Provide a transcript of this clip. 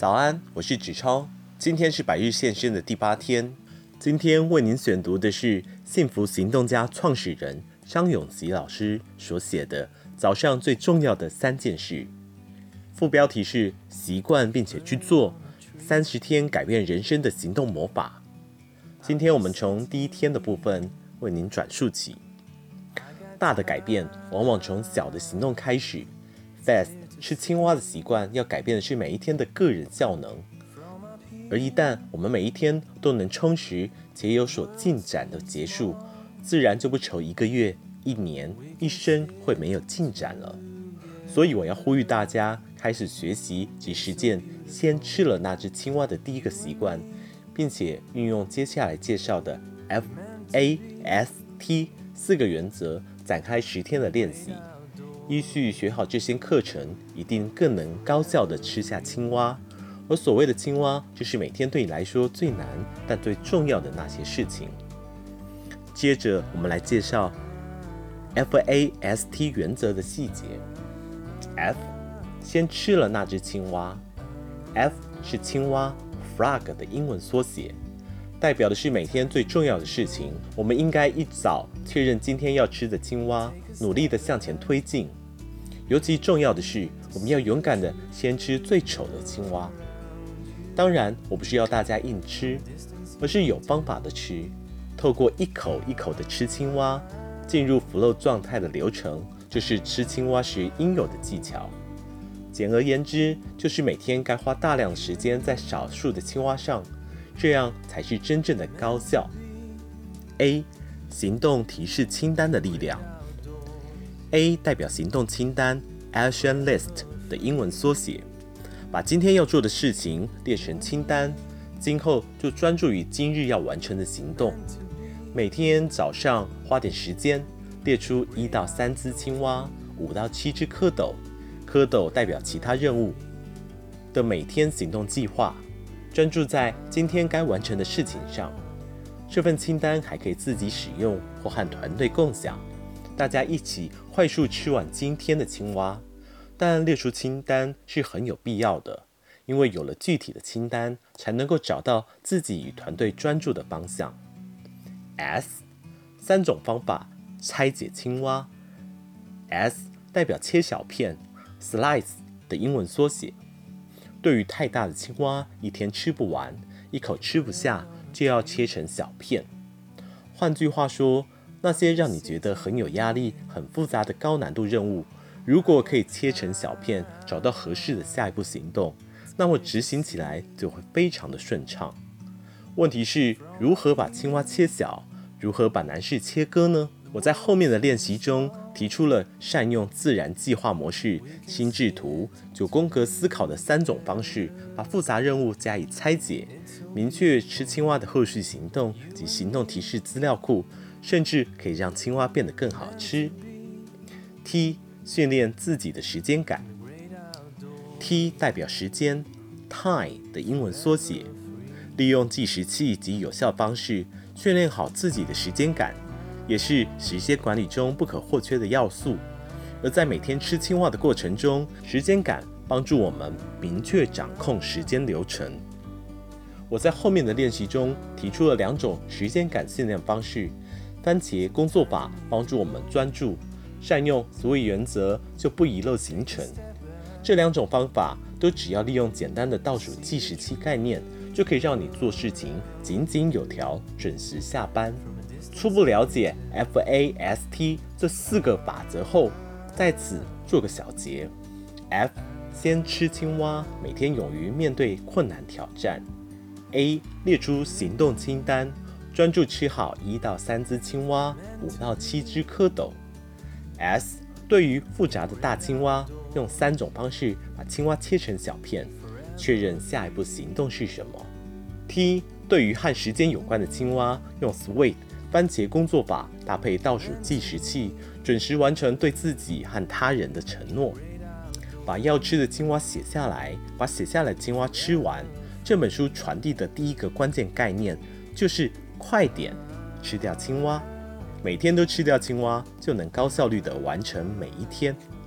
早安，我是子超。今天是百日献身的第8天。今天为您选读的是幸福行动家创始人张永吉老师所写的《早上最重要的3件事》。副标题是习惯并且去做30天改变人生的行动魔法。今天我们从第1天的部分为您转述起。大的改变往往从小的行动开始。Fast 吃青蛙的习惯要改变的是每一天的个人效能，而一旦我们每一天都能充实且有所进展的结束，自然就不愁1个月、1年、1生会没有进展了。所以我要呼吁大家开始学习及实践先吃了那只青蛙的第一个习惯，并且运用接下来介绍的 FAST 4个原则展开10天的练习。依序学好这些课程，一定更能高效地吃下青蛙。而所谓的青蛙，就是每天对你来说最难但最重要的那些事情。接着我们来介绍 FAST 原则的细节。F 先吃了那只青蛙。 F 是青蛙 Frog 的英文缩写，代表的是每天最重要的事情。我们应该一早确认今天要吃的青蛙，努力地向前推进。尤其重要的是，我们要勇敢地先吃最丑的青蛙。当然，我不是要大家硬吃，而是有方法的吃。透过一口一口的吃青蛙，进入 flow 状态的流程，就是吃青蛙时应有的技巧。简而言之，就是每天该花大量的时间在少数的青蛙上，这样才是真正的高效。A. 行动提示清单的力量。A 代表行动清单 Action List 的英文缩写，把今天要做的事情列成清单，今后就专注于今日要完成的行动。每天早上花点时间，列出1到3只青蛙，5到7只蝌蚪，蝌蚪代表其他任务的每天行动计划，专注在今天该完成的事情上。这份清单还可以自己使用或和团队共享，大家一起快速吃完今天的青蛙。但列出清单是很有必要的，因为有了具体的清单，才能够找到自己与团队专注的方向。S 3种方法拆解青蛙。 S 代表切小片 Slice 的英文缩写。对于太大的青蛙，一天吃不完，一口吃不下，就要切成小片。换句话说，那些让你觉得很有压力、很复杂的高难度任务，如果可以切成小片，找到合适的下一步行动，那么执行起来就会非常的顺畅。问题是如何把青蛙切小，如何把难事切割呢？我在后面的练习中提出了善用自然计划模式、心智图、9宫格思考的3种方式，把复杂任务加以拆解，明确吃青蛙的后续行动及行动提示资料库，甚至可以让青蛙变得更好吃。T 训练自己的时间感。 T 代表时间 Time 的英文缩写，利用计时器及有效方式训练好自己的时间感，也是时间管理中不可或缺的要素。而在每天吃青蛙的过程中，时间感帮助我们明确掌控时间流程。我在后面的练习中提出了2种时间感训练方式。番茄工作法帮助我们专注，善用所有原则就不遗漏行程。这2种方法都只要利用简单的倒数计时器概念，就可以让你做事情井井有条，准时下班。初步了解 FAST 这4个法则后，在此做个小结。 F 先吃青蛙，每天勇于面对困难挑战。 A 列出行动清单，专注吃好1到3只青蛙，5到7只蝌蚪。 S 对于复杂的大青蛙，用3种方式把青蛙切成小片，确认下一步行动是什么。 T 对于和时间有关的青蛙，用 SWIFT 番茄工作法搭配倒数计时器，准时完成对自己和他人的承诺。把要吃的青蛙写下来，把写下来的青蛙吃完。这本书传递的第一个关键概念就是快点吃掉青蛙，每天都吃掉青蛙，就能高效率地完成每一天。